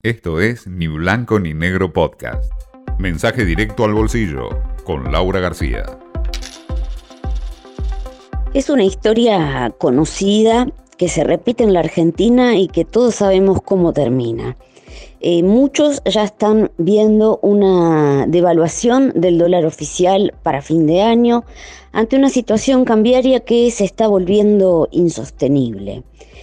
Esto es Ni Blanco ni Negro Podcast. Mensaje directo al bolsillo con Laura García. Es una historia conocida que se repite en la Argentina y que todos sabemos cómo termina. Muchos ya están viendo una devaluación del dólar oficial para fin de año ante una situación cambiaria que se está volviendo insostenible.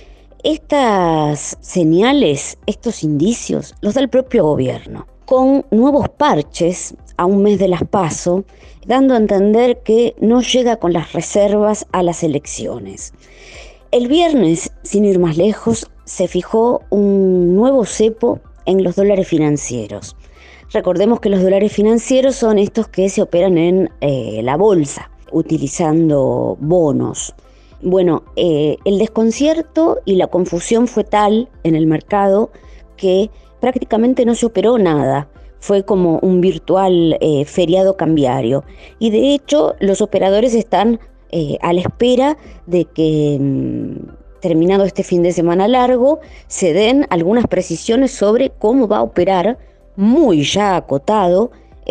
Estas señales, estos indicios, los da el propio gobierno, con nuevos parches a un mes de las PASO, dando a entender que no llega con las reservas a las elecciones. El viernes, sin ir más lejos, se fijó un nuevo cepo en los dólares financieros. Recordemos que los dólares financieros son estos que se operan en la bolsa, utilizando bonos. Bueno, el desconcierto y la confusión fue tal en el mercado que prácticamente no se operó nada. Fue como un virtual feriado cambiario. Y de hecho, los operadores están a la espera de que, terminado este fin de semana largo, se den algunas precisiones sobre cómo va a operar, muy ya acotado,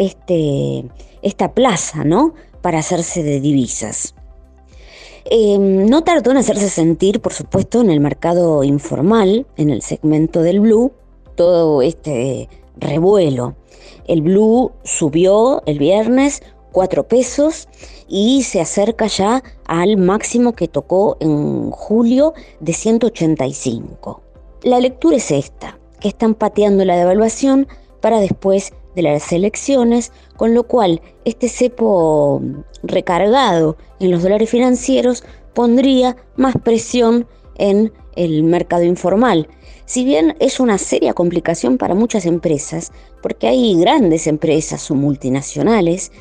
esta plaza, ¿no?, para hacerse de divisas. No tardó en hacerse sentir, por supuesto, en el mercado informal, en el segmento del blue, todo este revuelo. El blue subió el viernes 4 pesos y se acerca ya al máximo que tocó en julio de 185. La lectura es esta, que están pateando la devaluación para después de las elecciones, con lo cual este cepo recargado en los dólares financieros pondría más presión en el mercado informal. Si bien es una seria complicación para muchas empresas, porque hay grandes empresas o multinacionales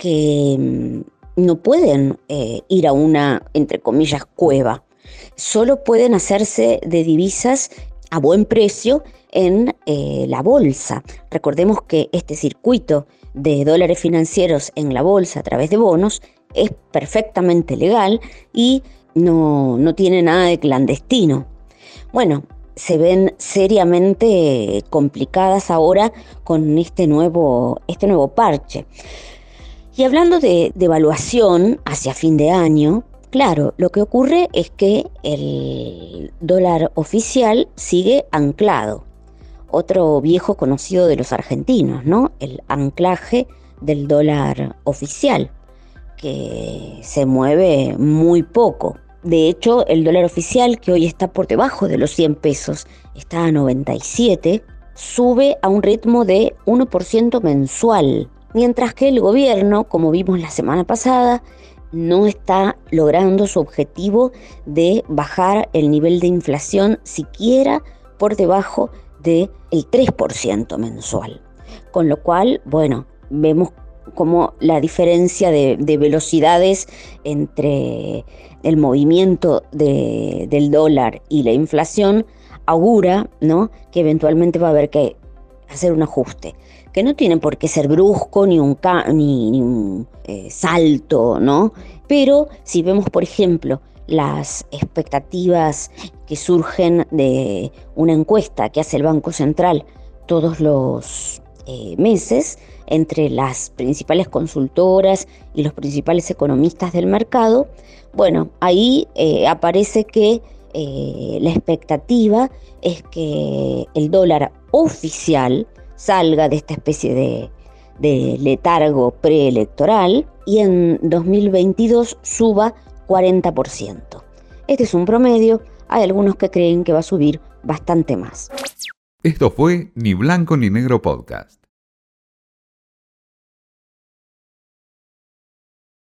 que no pueden ir a una, entre comillas, cueva. Solo pueden hacerse de divisas a buen precio en la bolsa. Recordemos que este circuito de dólares financieros en la bolsa a través de bonos es perfectamente legal y no tiene nada de clandestino. Bueno, se ven seriamente complicadas ahora con este nuevo parche. Y hablando de devaluación hacia fin de año, claro, lo que ocurre es que el dólar oficial sigue anclado. Otro viejo conocido de los argentinos, ¿no? El anclaje del dólar oficial, que se mueve muy poco. De hecho, el dólar oficial, que hoy está por debajo de los 100 pesos, está a 97, sube a un ritmo de 1% mensual, mientras que el gobierno, como vimos la semana pasada, no está logrando su objetivo de bajar el nivel de inflación siquiera por debajo del 3% mensual. Con lo cual, bueno, vemos como la diferencia de velocidades entre el movimiento del dólar y la inflación augura, ¿no?, que eventualmente va a haber que hacer un ajuste, que no tiene por qué ser brusco ni un salto, ¿no? Pero si vemos, por ejemplo, las expectativas que surgen de una encuesta que hace el Banco Central todos los meses entre las principales consultoras y los principales economistas del mercado, bueno, ahí aparece que la expectativa es que el dólar oficial salga de esta especie de letargo preelectoral y en 2022 suba 40%. Este es un promedio, hay algunos que creen que va a subir bastante más. Esto fue Ni Blanco ni Negro Podcast.